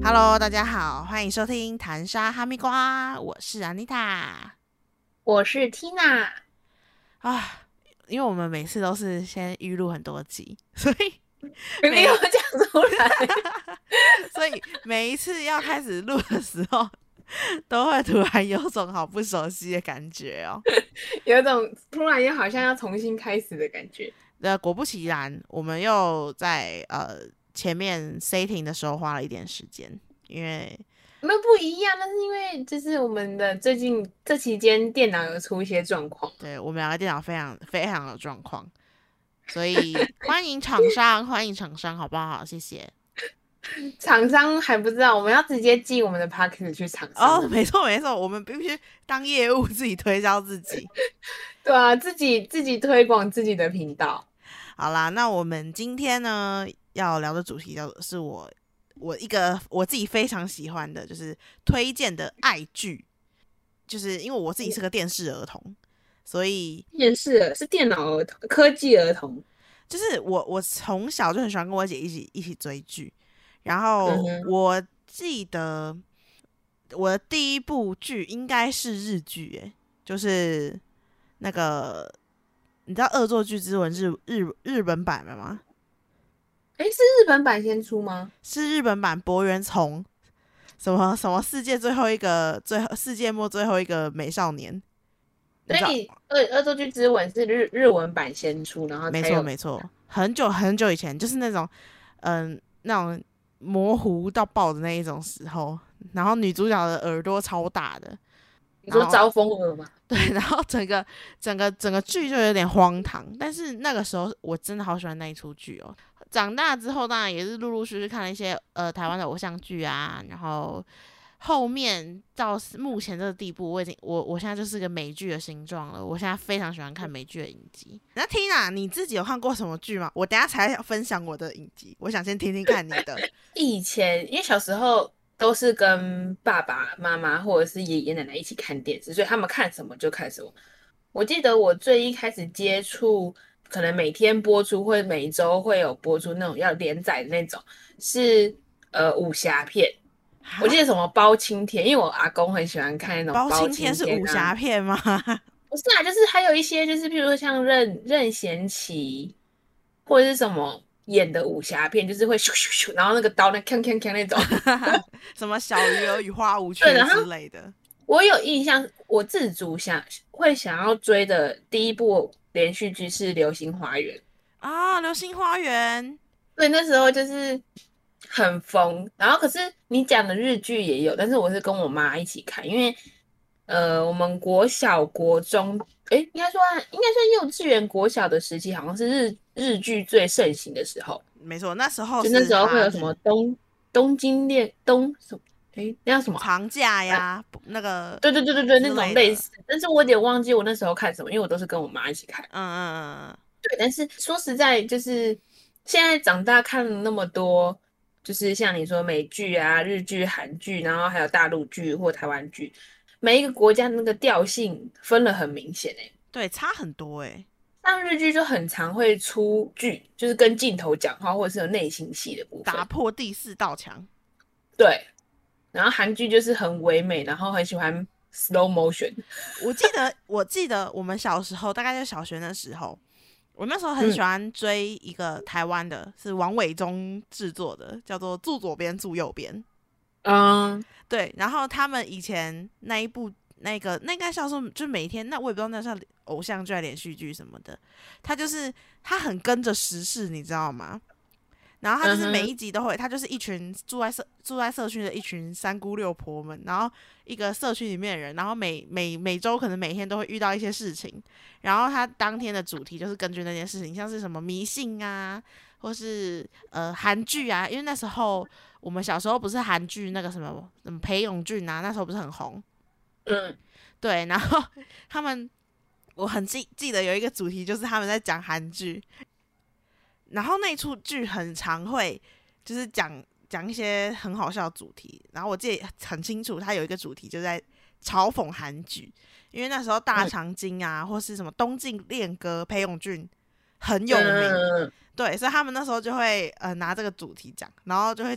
Hello，大家好，欢迎收听谈沙哈密瓜，我是安妮塔我是 Tina。 啊。因为我们每次都是先预录很多集，所以没有每讲出来。 所以每一次要开始录的时候，都会突然有种好不熟悉的感觉哦。 有一种突然又好像要重新开始的感觉。 果不其然，我们又在前面 setting 的时候花了一点时间，因为没有不一样，但是因为就是我们的最近这期间电脑有出一些状况。 对我们两个电脑非常非常有状况，所以欢迎厂商，欢迎厂商，好不好？谢谢。 厂商还不知道，我们要直接寄我们的 package 去厂商哦， 那边。 没错没错，我们必须当业务自己推销自己。 对啊，自己推广自己的频道。 好啦，那我们今天呢要聊的主题是我一个我自己非常喜欢的，就是推荐的爱剧。就是因为我自己是个电视儿童，所以电视是电脑儿童，科技儿童。 就是我从小就很喜欢跟我姐一起追剧，然后嗯哼。 我记得我的第一部剧应该是日剧，就是那个你知道《恶作剧之吻》日本版的吗？ 诶，是日本版先出吗？ 是日本版博元从什么什么世界末最后一个美少年，你知道？ 所以恶作剧之吻是日文版先出，然后没才有。 错没错，很久很久以前，就是那种那种模糊到爆的那一种时候，然后女主角的耳朵超大的，然后你说招风耳吗？ 对，然后整个剧就有点荒唐，但是那个时候我真的好喜欢那一出剧哦。长大之后当然也是陆陆续续看了一些台湾的偶像剧啊，然后后面到目前这个地步，我现在就是个美剧的形状了。我现在非常喜欢看美剧的影集。那 Tina，你自己有看过什么剧吗？我等一下才要分享我的影集，我想先听听看你的。 以前因为小时候都是跟爸爸妈妈或者是爷爷奶奶一起看电视，所以他们看什么就看什么。我记得我最一开始接触，可能每天播出或每周会有播出那种要连载的那种，是武侠片。我记哈， 得什么包青天，因为我阿公很喜欢看那种包包青天青天啊。 是武侠片吗？ 不是啊，就是还有一些就是譬如说像任贤齐或者是什么演的武侠片，就是会咻咻咻，然后那个刀那锵锵锵那种。 什么小鱼儿与花无对， 缺然后之类的我有印象，我自主想要追的第一部连续剧是《流星花园》。 啊，《流星花园》 对，那时候就是很疯。然后可是你讲的日剧也有，但是我是跟我妈一起看，因为我们国小国中，应该算幼稚园国小的时期，好像是日剧最盛行的时候。 没错，那时候就那是时候会有什么哈日东京什么，那叫什么啊？ 长假呀，那个对对对对对，那种之类的。 类似，但是我有点忘记我那时候看什么，因为我都是跟我妈一起看。 嗯嗯嗯， 对，但是说实在，就是现在长大看了那么多，就是像你说美剧啊、日剧、韩剧，然后还有大陆剧或台湾剧，每一个国家的那个调性分了很明显诶。 对，差很多像日剧就很常会出剧，就是跟镜头讲话，或者是有内心戏的部分。 打破第四道墙。 对，然后韩剧就是很唯美，然后很喜欢 slow motion。 我记得我们小时候，大概在小学的时候，我那时候很喜嗯欢追一个台湾的，是王伟忠制作的，叫做《住左边住右边》。 嗯对，然后他们以前那一部那应该叫做就每天那我也不知道那是偶像剧还是连续剧什么的，他很跟着时事，你知道吗？然后他就是每嗯哼。 一集都会，他就是一群住在社区的一群三姑六婆们，然后一个社区里面的人，然后每周可能每天都会遇到一些事情，然后他当天的主题就是根据那件事情，像是什么迷信啊，或是韩剧啊，因为那时候我们小时候不是韩剧那个什么裴勇俊啊，那时候不是很红， 嗯。 对，然后他们我很记得有一个主题就是他们在讲韩剧，然后那出剧很常会就是讲一些很好笑的主题，然后我记得很清楚，它有一个主题就在嘲讽韩剧，因为那时候大嗯长今啊，或是什么东晋恋歌裴勇俊很有名， 嗯。 对，所以他们那时候就会拿这个主题讲，然后就会讲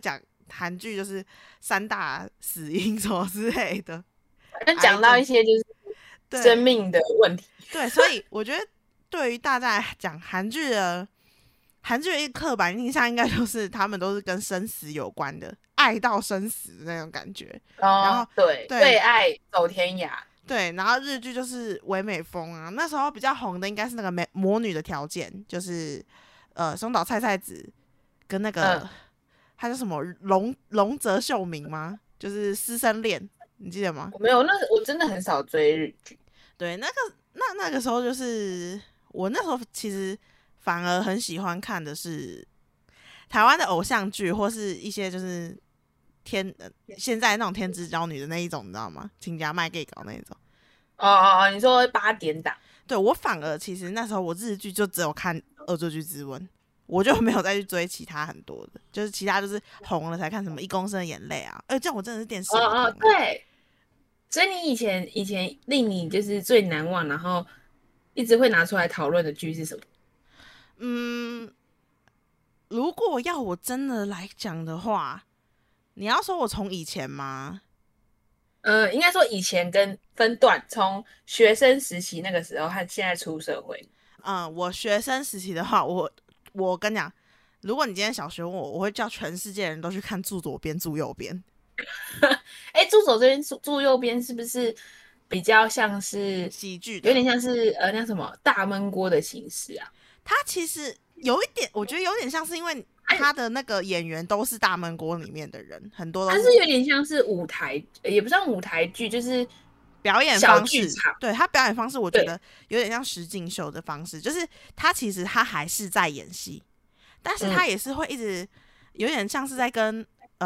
韩剧就是3大死因什么之类的， 讲到一些就是生命的问题。 对，所以我觉得对于大家来讲，韩剧的一个刻板印象应该就是他们都是跟生死有关的，爱到生死的那种感觉。然后对，为爱走天涯。 对，然后日剧就是唯美风啊，那时候比较红的应该是那个魔女的条件，就是松岛菜菜子跟那个他叫什么龙泽秀明吗？就是师生恋，你记得吗？ 没有，我真的很少追日剧。 对，那个时候就是我那时候其实反而很喜欢看的是台湾的偶像剧，或是一些就是现在那种天之娇女的那一种，你知道吗？亲家卖 gay 搞那一种。 你说8点档？ 对，我反而其实那时候我日剧就只有看《恶作剧之吻》，我就没有再去追其他很多的，就是其他就是红了才看什么《1公升的眼泪》啊。这样我真的是电视对。所以你以前令你就是最难忘，然后一直会拿出来讨论的剧是什么？ 如果要我真的来讲的话，你要说我从以前吗？ 应该说以前跟分段，从学生时期那个时候和现在出社会。 我学生时期的话，我跟你讲，如果你今天小学问我，我会叫全世界人都去看住左边住右边。 住左这边住右边是不是比较像是喜剧， 有点像是那什么大闷锅的形式啊？ 它其实有一点，我觉得有点像是因为他的那个演员都是大闷锅里面的人，很多都是。 它是有点像是舞台，也不算舞台剧，就是表演方式。对，他表演方式，我觉得有点像实境秀的方式，就是他其实他还是在演戏，但是他也是会一直有点像是在跟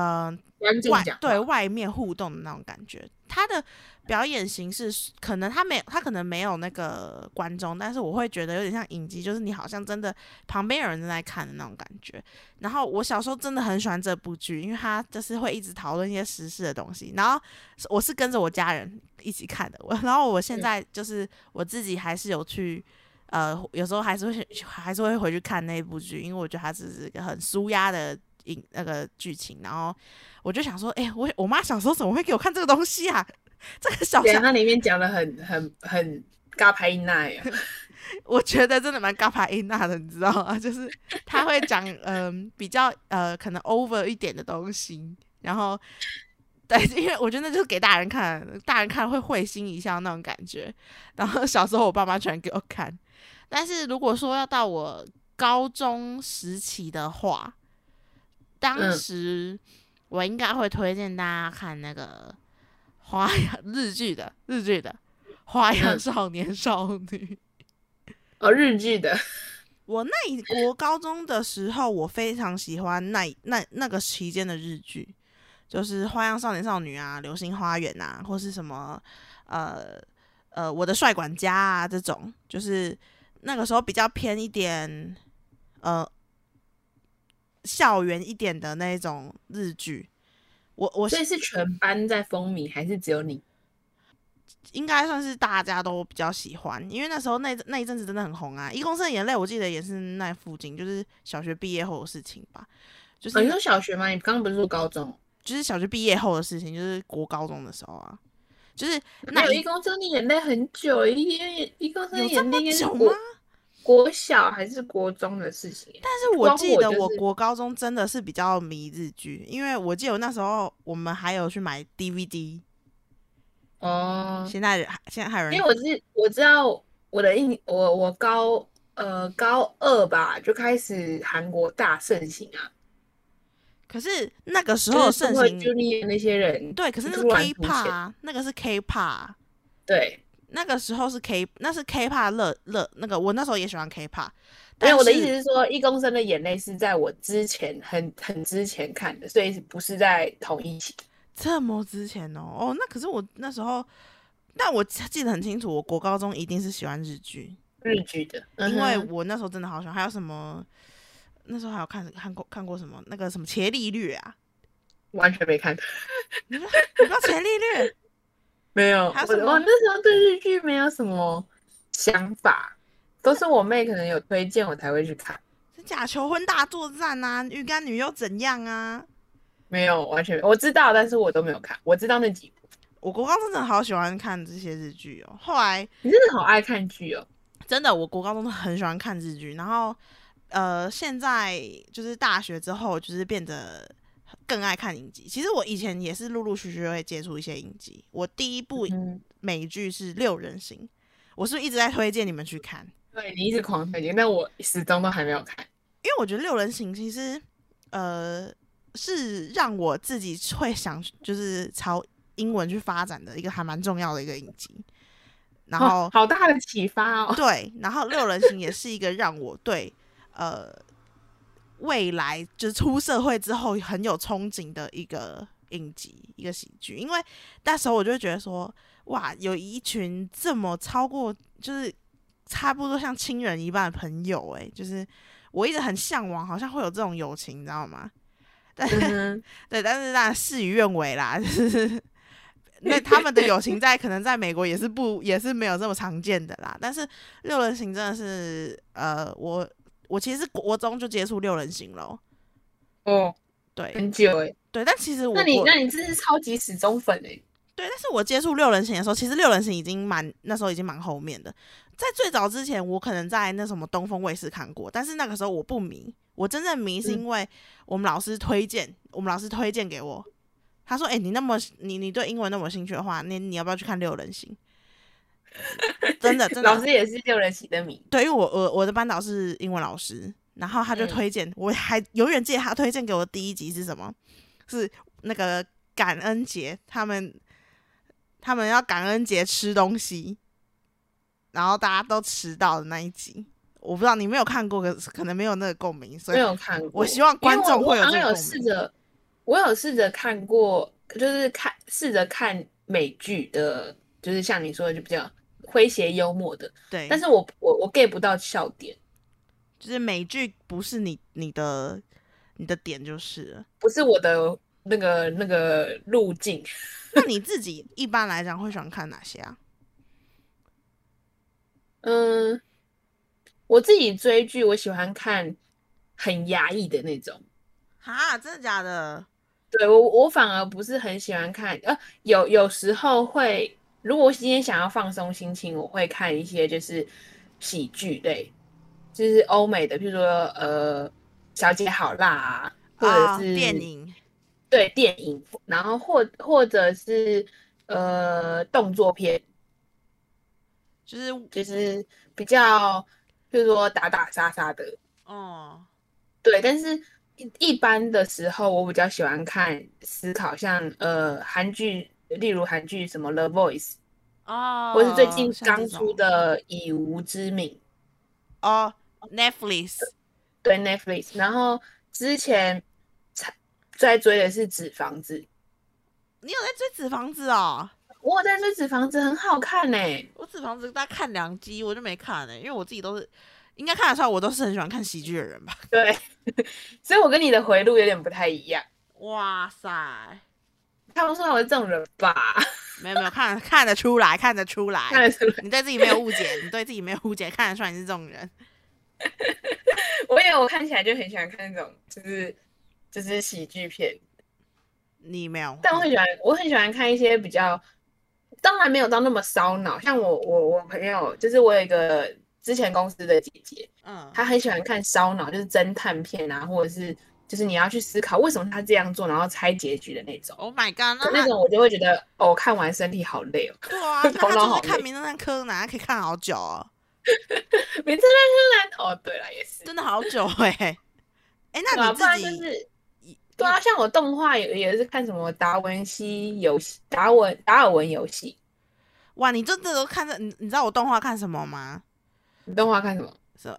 外面互动的那种感觉。他的表演形式可能他可能没有那个观众，但是我会觉得有点像影集，就是你好像真的旁边有人正在看的那种感觉。然后我小时候真的很喜欢这部剧，因为他就是会一直讨论一些时事的东西。然后我是跟着我家人一起看的，然后我现在就是我自己还是有去。有时候还是会回去看那部剧，因为我觉得它只是一个很舒压的那个剧情。然后我就想说，我妈小时候怎么会给我看这个东西啊？这个小对，它里面讲的很嘎拍音那呀。 我觉得真的蛮嘎拍音那的，你知道吗？就是他会讲比较可能 over 一点的东西，然后对，因为我觉得那就是给大人看，大人看会会心一笑那种感觉。然后小时候我爸妈全给我看。但是如果说要到我高中时期的话，当时我应该会推荐大家看那个日剧的花样少年少女。 日剧的。 我国高中的时候，我非常喜欢那个期间的日剧，就是花样少年少女啊、流星花园啊，或是什么我的帅管家啊这种，就是那个时候比较偏一点校园一点的那种日剧。 所以是全班在风靡，还是只有你？ 应该算是大家都比较喜欢，因为那时候那一阵子真的很红啊。1公升的眼泪，我记得也是那附近，就是小学毕业后的事情吧。就是你说小学吗？你刚刚不是说高中？ 就是小学毕业后的事情，就是国高中的时候啊。就是那1公升的眼泪很久，一公升的眼泪有这么久吗？ 国小还是国中的事情。 但是我记得我国高中真的是比较迷日剧，因为我记得我那时候我们还有去买 DVD。现在还有人， 因为我知道我高2吧就开始韩国大盛行啊。 可是那个时候盛行 ，Junior 那些人， 对，可是那是 K-pop 啊，那个是 K-pop， 对， 那个时候是 K-pop 那个我那时候也喜欢 K-pop。 但我的意思是说，1公升的眼泪是在我之前很之前看的，所以不是在同一期。 这么之前哦，那可是我那时候，但我记得很清楚，我国高中一定是喜欢日剧的， 因为我那时候真的好喜欢。还有什么？那时候还有看过什么？那个什么《伽利略》啊， 完全没看。 你不知道《伽利略》？ 没有，我那时候对日剧没有什么想法，都是我妹可能有推荐我才会去看。 是假求婚大作战啊，鱼干女又怎样啊？ 没有，完全没有。我知道，但是我都没有看。我知道那几部。 我国高中真的好喜欢看这些日剧哦。后来你真的好爱看剧哦。 真的，我国高中都很喜欢看日剧，然后现在就是大学之后，就是变得更爱看影集。其实我以前也是陆陆续续会接触一些影集。我第一部美剧是《六人行》，我是不是一直在推荐你们去看？ 对，你一直狂推荐，但我始终都还没有看。 因为我觉得《六人行》其实是让我自己会想就是朝英文去发展的一个还蛮重要的一个影集。然后、 好大的启发哦。 对，然后《六人行》也是一个让我对未来就是出社会之后很有憧憬的一个影集，一个喜剧。因为那时候我就会觉得说，哇，有一群这么超过就是差不多像亲人一般的朋友，就是我一直很向往，好像会有这种友情，你知道吗？但是、对，但是当然事与愿违啦，就是那他们的友情可能在美国也是没有这么常见的啦。但是六人行真的是我其实是国中就接触六人行了。 哦， 对， 很久哎。 对，但其实那你真是超级死忠粉哎。 对，但是我接触六人行的时候，其实六人行那时候已经蛮后面的。在最早之前，我可能在那什么东风卫视看过，但是那个时候我不迷。我真正迷是因为我们老师推荐给我，他说：“哎、你对英文那么有兴趣的话，你要不要去看六人行？”真的， 老师也是六人行的迷。 对，因为我的班导是英文老师，然后他就推荐，我还永远记得他推荐给我的第一集是什么？是那个感恩节，他们要感恩节吃东西，然后大家都迟到的那一集。我不知道你没有看过，可能没有那个共鸣，所以没有看过。 我希望观众会有这个共鸣。我有试着看过，就是试着看美剧的，就是像你说的，就比较诙谐幽默的。 对， 但是我 get 不到笑点， 就是美剧不是你的点就是了， 不是我的那个路径。 那你自己一般来讲会喜欢看哪些啊？ 我自己追剧，我喜欢看很压抑的那种。 哈，真的假的？ 对，我反而不是很喜欢看，有时候会，如果我今天想要放松心情，我会看一些就是喜剧类，就是欧美的，譬如说小姐好辣啊，或者是电影。 对，电影，然后或者是动作片，就是比较，譬如说打打杀杀的。 哦， 对，但是一般的时候，我比较喜欢看思考，像韩剧，例如韩剧什么《The Voice》，或是最近刚出的《以无之名》 Netflix。 对 Netflix，然后之前在追的是《纸房子》。 你有在追《纸房子》哦？ 我有在追《纸房子》，很好看呢。 我《纸房子》大概看2集，我就没看因为我自己都是应该看得出来，我都是很喜欢看喜剧的人吧？ 对，所以我跟你的回路有点不太一样。 哇塞， 看不出来我是这种人吧？ 没有看得出来，看得出来，你对自己没有误解，你对自己没有误解，看得出来你是这种人。 我看起来就很喜欢看那种就是喜剧片。 你没有？ 但我很喜欢看一些比较，当然没有到那么烧脑。像我朋友，就是我有一个之前公司的姐姐，她很喜欢看烧脑，就是侦探片啊，或者是就是你要去思考为什么她这样做，然后猜结局的那种。 Oh my god， 那种我就会觉得看完身体好累哦。 对啊，头脑好累。看名侦探柯南，可以看好久哦。 名侦探柯南，对了，也是真的好久那你自己？ 就是对啊，像我动画也是看什么达尔文游戏。 哇，你真的都看着？你知道我动画看什么吗？ 你动画看什么？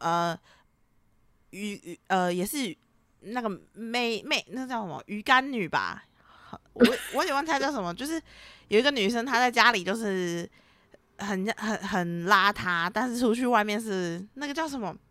也是那个妹，那叫什么鱼干女吧？我也忘记她叫什么，就是有一个女生，她在家里就是很邋遢，但是出去外面是那个叫什么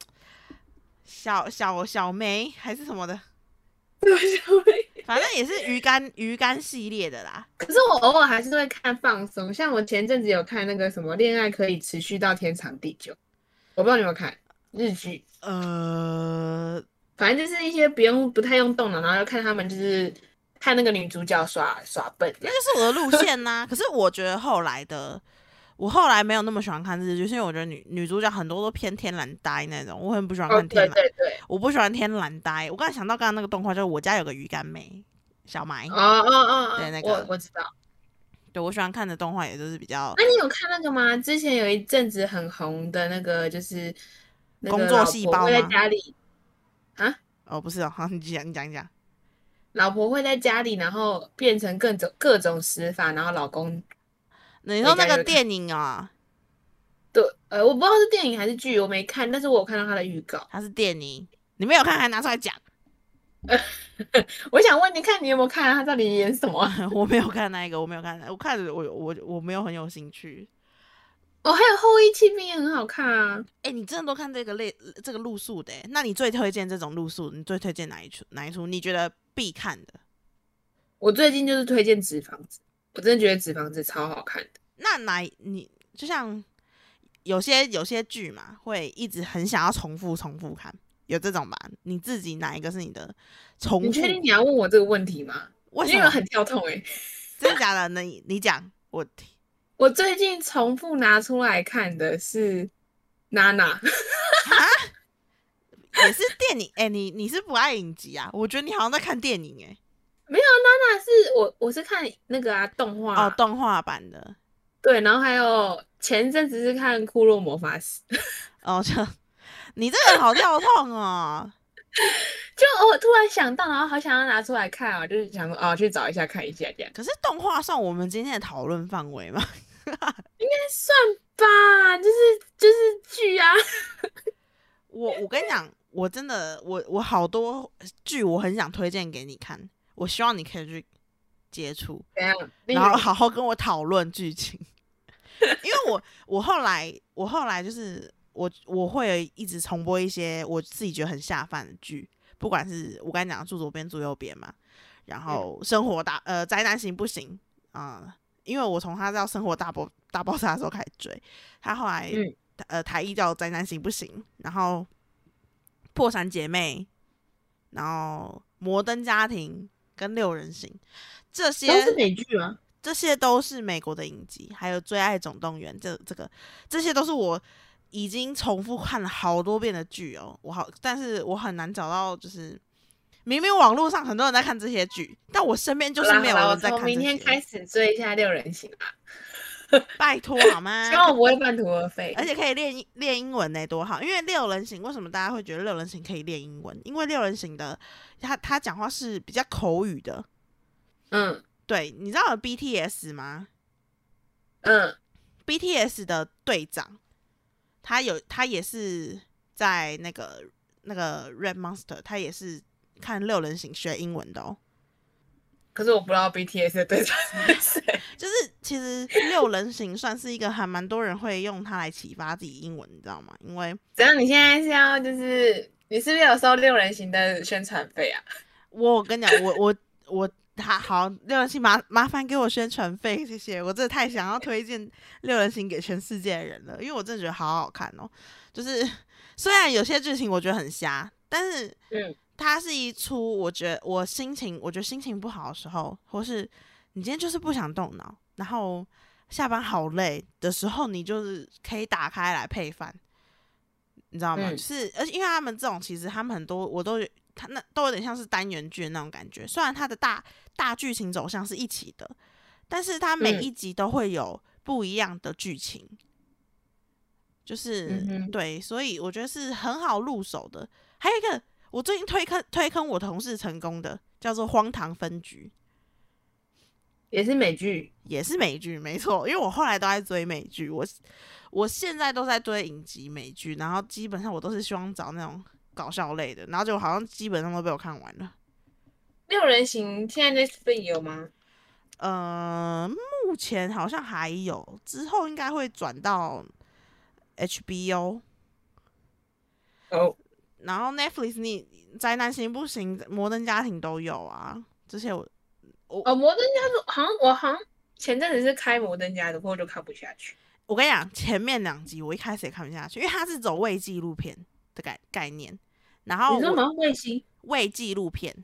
小梅还是什么的。反正也是鱼干系列的啦。 可是我偶尔还是会看放松，像我前阵子有看那个什么《恋爱可以持续到天长地久》，我不知道你有没有看日剧。反正就是一些不太用动脑，然后看他们就是看那个女主角耍笨， 那就是我的路线呐、可是我觉得我后来没有那么喜欢看日剧，是因为我觉得女主角很多都偏天然呆那种，我很不喜欢看天然。 对， 我不喜欢天然呆。我刚才想到刚刚那个动画，就是我家有个鱼干妹小埋，对那个我知道。 对我喜欢看的动画也就是比较那你有看那个吗？之前有一阵子很红的那个，就是那工作个老婆会在细胞吗？ 家里啊， 哦，不是哦，好，你讲一讲。 老婆会在家里，然后变成各种死法，然后老公你说那回家就会看。 个电影啊、 对，我不知道是电影还是剧，我没看，但是我有看到他的预告。 它是电影，你没有看还拿出来讲。 我想问你看，你有没有看他到底演什么？ 我没有看那一个，我没有看，我看我没有很有兴趣。 哦，还有后羿弃兵也很好看啊。 哎、你真的都看这个路数的？那你最推荐这种路数？你最推荐哪一出？哪一出？你觉得必看的？ 我最近就是推荐《纸房子》，我真的觉得《纸房子》超好看的。 那你就像有些剧嘛，会一直很想要重复看，有这种吧？你自己哪一个是你的重复？ 你确定你要问我这个问题吗？ 为什么？ 因为很跳痛真的假的？你讲我听。 我最近重复拿出来看的是娜娜， 也是电影哎、你是不爱影集啊？我觉得你好像在看电影哎、 没有娜娜是我是看那个动画哦，动画版的对，然后还有前阵子是看《库洛魔法使》， 哦，你这个人好跳痛哦。 就我突然想到，然后好想要拿出来看哦，就是想说哦去找一下看一下这样， 可是动画算我们今天的讨论范围吗？ 算吧，就是剧啊， 我跟你讲，我真的我好多剧我很想推荐给你看，我希望你可以去接触， 怎样？ 然后好好跟我讨论剧情。因为我后来就是我会一直重播一些我自己觉得很下饭的剧，不管是我刚才讲的住左边住右边嘛，然后生活宅男行不行啊、因为我从他叫生活大爆炸的时候开始追，他后来、台一叫宅男行不行，然后破产姐妹，然后摩登家庭跟六人行这些都是美剧吗？ 这些都是美国的影集，还有《最爱总动员》这些都是我已经重复看了好多遍的剧哦。但是我很难找到，就是明明网络上很多人在看这些剧，但我身边就是没有人在看这些。 从明天开始追一下六人行啊！ 拜托好吗？ 希望我不会半途而废。 而且可以练英文呢，多好！因为六人行为什么大家会觉得六人行可以练英文？因为六人行的他讲话是比较口语的。对，你知道有 BTS 吗？BTS 的队长，他也是在那个 Red Monster， 他也是看六人行学英文的哦。 可是我不知道 BTS 的队长是谁。 就是其实六人行算是一个还蛮多人会用它来启发自己英文，你知道吗？因为怎样？你现在是要就是你是不是有收六人行的宣传费啊？ 我跟你讲，我好六人行麻烦给我宣传费，谢谢。我真的太想要推荐六人行给全世界的人了，因为我真的觉得好好看哦。就是虽然有些剧情我觉得很瞎，但是它是一出我觉得心情不好的时候，或是你今天就是不想动脑，然后下班好累的时候，你就是可以打开来配饭，你知道吗？就是而且因为他们这种其实他们很多他那都有点像是单元剧的那种感觉，虽然它的大剧情走向是一起的，但是它每一集都会有不一样的剧情，就是对，所以我觉得是很好入手的。还有一个我最近推坑我同事成功的，叫做《荒唐分局》， 也是美剧， 也是美剧，没错。因为我后来都在追美剧，我现在都在追影集美剧，然后基本上我都是希望找那种搞笑类的，然后就好像基本上都被我看完了。 六人行现在 Netflix 有吗？ 目前好像还有，之后应该会转到 HBO。然后 Netflix 你宅男行不行？摩登家庭都有啊，这些摩登家族我好像前阵子是开摩登家族，不过就看不下去。 我跟你讲，前面2集我一开始也看不下去，因为它是走伪纪录片的概念。然后你说什么伪纪录片，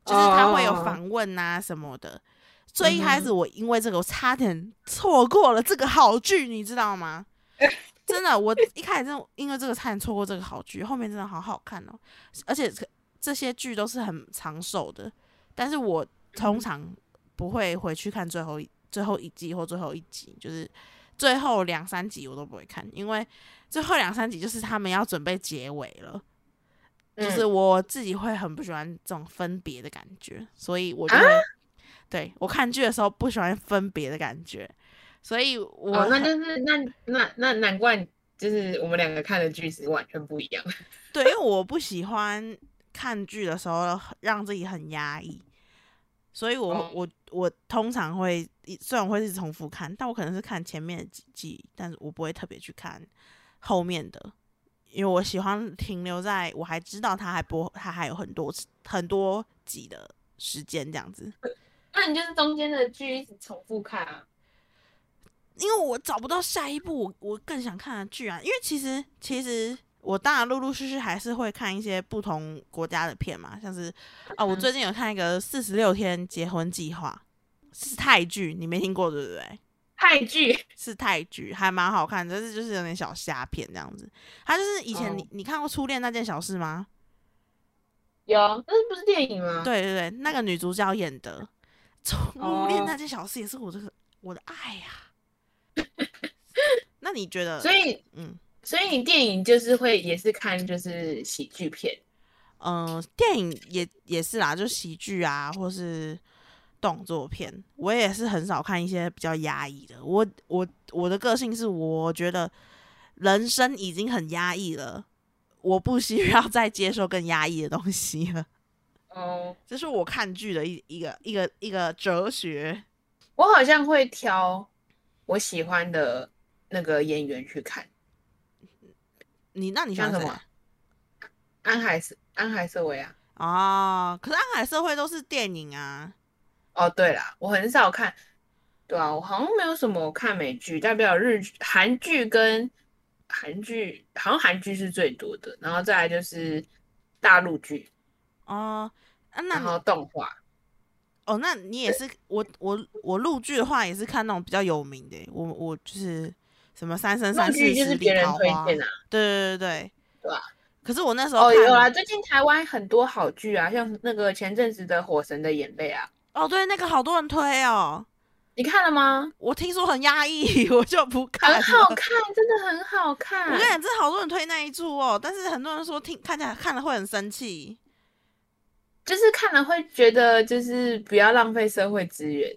就是他会有访问啊什么的。最一开始我因为这个，我差点错过了这个好剧，你知道吗？真的，我一开始真的因为这个差点错过这个好剧，后面真的好好看哦，而且这些剧都是很长寿的，但是我通常不会回去看最后一季或最后一集，就是最后2-3集我都不会看，因为最后2-3集就是他们要准备结尾了，就是我自己会很不喜欢这种分别的感觉，所以我就会。对，我看剧的时候不喜欢分别的感觉，所以那就是那难怪就是我们两个看的剧是完全不一样。 对，因为我不喜欢看剧的时候让自己很压抑，所以我通常会虽然我会一直重复看，但我可能是看前面的几季，但是我不会特别去看后面的，因为我喜欢停留在我还知道他还有很多集的时间这样子。 那你就是中间的剧一直重复看啊？ 因为我找不到下一部我更想看的剧啊。因为其实我当然陆陆续续还是会看一些不同国家的片嘛，像是我最近有看一个46天结婚计划，是泰剧，你没听过对不对？ 泰剧是泰剧，还蛮好看的，但是就是有点小虾片这样子。它就是以前你看过《初恋那件小事》吗？ 有，那不是电影吗？ 对对对，那个女主角演的。初恋那件小事也是我的爱呀。那你觉得？ 所以你电影就是也是看就是喜剧片。 电影也是啦，就喜剧啊，或是动作片。我也是很少看一些比较压抑的。我的个性是，我觉得人生已经很压抑了，我不需要再接受更压抑的东西了。这是我看剧的一个哲学。 我好像会挑我喜欢的那个演员去看。 那你喜欢谁？ 安海瑟薇啊。 可是安海社会都是电影啊。 对啦，我很少看。对啊，我好像没有什么看美剧，代表韩剧跟韩剧，好像韩剧是最多的，然后再来就是大陆剧。然后动画。 那你也是我陆剧的话也是看那种比较有名的，我就是什么三生三世十里桃花，对对对对， 对啊。 可是我那时候看有啊，最近台湾很多好剧啊，像那个前阵子的《火神的眼泪》啊。 对，那个好多人推哦。 你看了吗？ 我听说很压抑，我就不看了。 很好看，真的很好看。 我跟你讲，真的好多人推那一出哦，但是很多人说看起来看了会很生气。 就是看了会觉得就是不要浪费社会资源。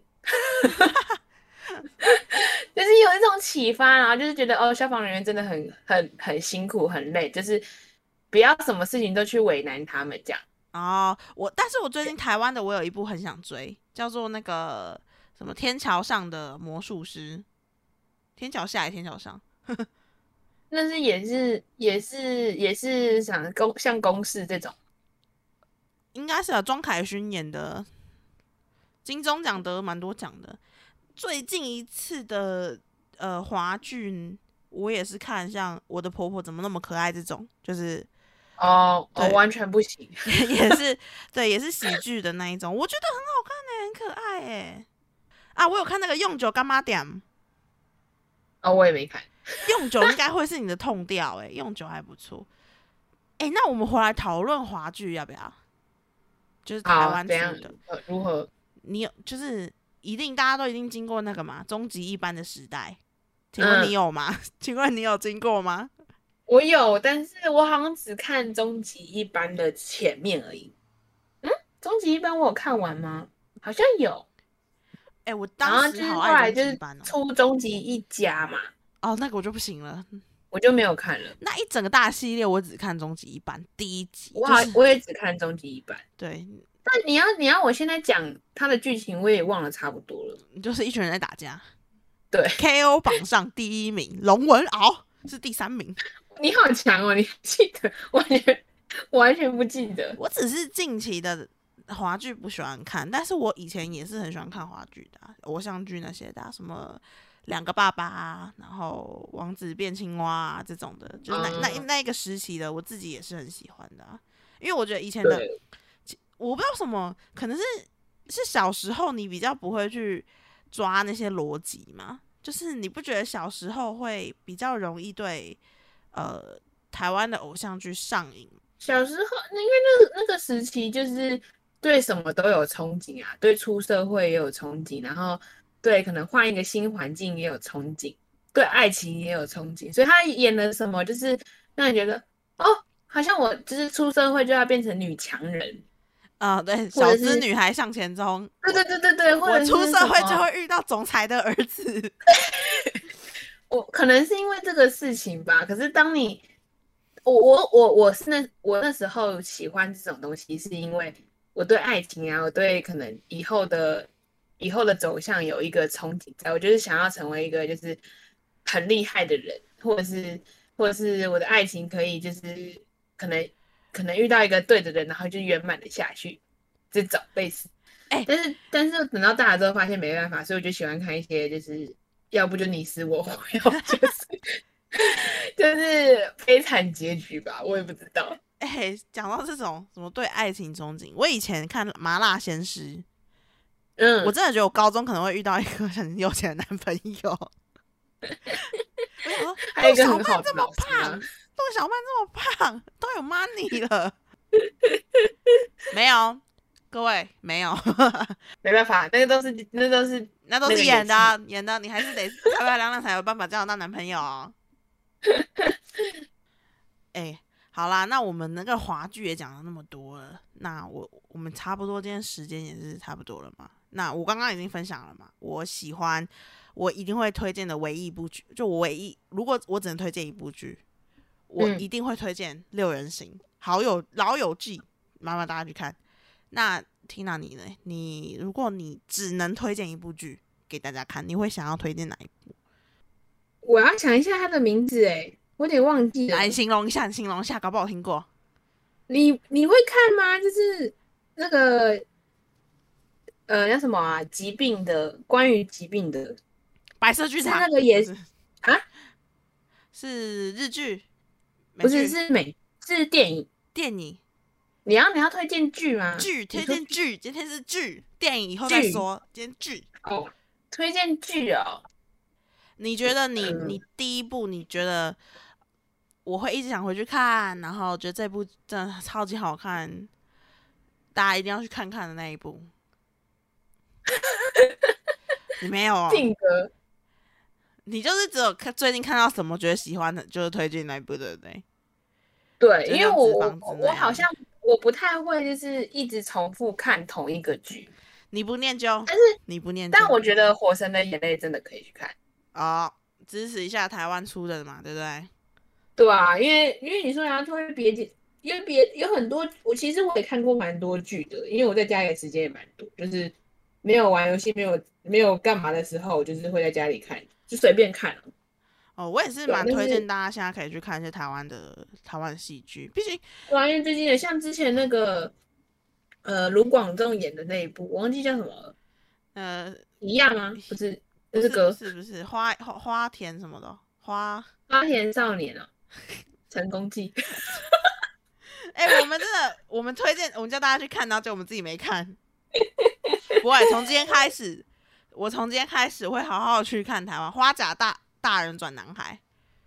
就是有一种启发，然后就是觉得消防人员真的很辛苦很累，就是不要什么事情都去为难他们这样。 但是我最近台湾的我有一部很想追，叫做那个什么天桥上的魔术师，天桥下还是天桥上？ 那是也是像公式这种。 应该是庄凯勋演的，金钟奖得蛮多奖的。最近一次的华剧，我也是看像《我的婆婆怎么那么可爱》这种，就是完全不行。 也是对，也是喜剧的那一种，我觉得很好看很可爱我有看那个用酒干妈点。 我也没看。 用酒应该会是你的痛调用酒还不错。那我们回来讨论华剧要不要？就是台湾出的。 如何？ 你就是大家都一定经过那个嘛，终极一班的时代。请问你有吗？请问你有经过吗？ 我有，但是我好像只看终极一班的前面而已。终极一班我有看完吗？好像有。 我当时好爱终极一班出终极一家嘛。 那个我就不行了， 我就没有看了。 那一整个大系列我只看终极一班第一集， 我也只看终极一班。 对， 但你要我现在讲它的剧情，我也忘了差不多了。 就是一群人在打架。 对 ，KO 榜上第1名龙文敖是第3名。 你好强哦，你记得？完全不记得。 我只是近期的华剧不喜欢看，但是我以前也是很喜欢看华剧的偶像剧那些的什么2个爸爸然后王子变青蛙这种的，就是那一个时期的，我自己也是很喜欢的因为我觉得以前的我不知道什么，可能是小时候你比较不会去抓那些逻辑嘛，就是你不觉得小时候会比较容易对台湾的偶像剧上瘾？ 小时候，因为那个时期就是对什么都有憧憬啊，对出社会也有憧憬，然后对可能换一个新环境也有憧憬，对爱情也有憧憬，所以他演了什么，就是让你觉得哦，好像我就是出社会就要变成女强人， 对， 或者是小资女孩向前冲， 对对对对对，或我者出社会就是什么， 会遇到总裁的儿子。 我可能是因为这个事情吧。可是当你我那时候喜欢这种东西，是因为我对爱情啊，我对可能以后的走向有一个憧憬在，我就是想要成为一个就是很厉害的人，或者是我的爱情可以就是可能可能遇到一个对的人，然后就圆满的下去，这种类似。 哎、 但是等到大了之后发现没办法，所以我就喜欢看一些就是要不就你死我活，要不就是悲惨结局吧，我也不知道。 讲到这种什么对爱情憧憬，我以前看《麻辣鲜师》，我嗯， 真的觉得我高中可能会遇到一个很有钱的男朋友。我想说， 还有一个陆小很好的曼这么老师胖， 啊， 陆小曼这么胖，都有 money 了，没有？各位没有， 没办法，那都是那都是那个演的啊演的，你还是得漂漂亮亮才有办法交得到男朋友哦。好啦，那我们那个华剧也讲了那么多了，那我们差不多今天时间也是差不多了嘛。那我刚刚已经分享了嘛，我喜欢我一定会推荐的唯一一部剧，就我唯一如果我只能推荐一部剧，我一定会推荐《六人行》，老友记，麻烦大家去看。那 Tina 你呢？如果你只能推荐一部剧给大家看，你会想要推荐哪一部？ 我要想一下他的名字，哎，我有点忘记了。 来形容一下，形容一下，搞不好听过。 你会看吗？就是那个叫什么啊？疾病的，关于疾病的， 白色剧是场那个也不是？ 啊？ 是日剧、美不是， 剧、 是电影。 电影、 你要推荐剧吗？ 剧，推你说荐剧。今天是剧，电影以后再剧说。今天剧， 哦，推荐剧哦。 你觉得你嗯， 第一部，你觉得我会一直想回去看，然后觉得这部真的超级好看，大家一定要去看看的那一部，你没有哦？ 定格。 你就是只有最近看到什么觉得喜欢的，就是推荐那一部，对不对？ 对，因为就像纸房子那样， 我好像我不太会就是一直重复看同一个剧， 你不念旧， 但是你不念旧但我觉得《火神的眼泪》真的可以去看。 哦，支持一下台湾出的嘛，对不对？ 对啊，因为你说然后就会因为有很多，其实我也看过蛮多剧的，因为我在家里的时间也蛮多，就是没有玩游戏，没有干嘛的时候，我就是会在家里看，就随便看啊。 哦，我也是对啊， 蛮推荐但是大家现在可以去看一些台湾的戏剧，毕竟对啊，因为最近的像之前那个卢广仲演的那一部，我忘记叫什么了， 呃一样吗？不是， 不是不那是歌是不是花田什么的花， 《花田少年》啊，成功记。 我们真的我们推荐我们叫大家去看，然后就我们自己没看。不会，从今天开始，我从今天开始会好好去看台湾花甲大人转男孩，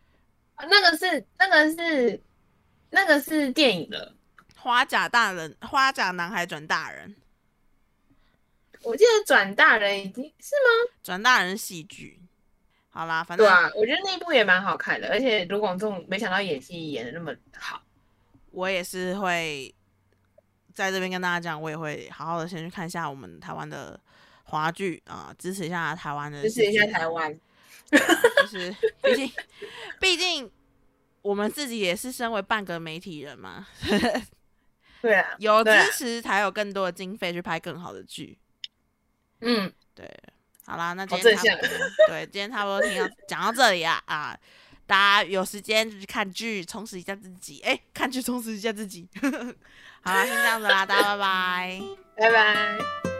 那个是电影了， 花甲男孩转大人， 我记得转大人已经是吗？ 转大人戏剧。好啦，反正对啊，我觉得那一部也蛮好看的，而且卢广仲没想到演戏演的那么好。 我也是会在这边跟大家讲，我也会好好的先去看一下我们台湾的华剧啊、支持一下台湾的支持一下戏剧。 台湾。 对啊，就是毕竟我们自己也是身为半个媒体人嘛， 对啊， 有支对啊， 持才有更多的经费去拍更好的剧。 嗯， 对，好啦，那好正向。 对，今天差不多讲到这里啊，大家有时间就去看剧，充实一下自己。看剧充实一下自己。好啦，先这样子啦，大家拜拜。 拜拜。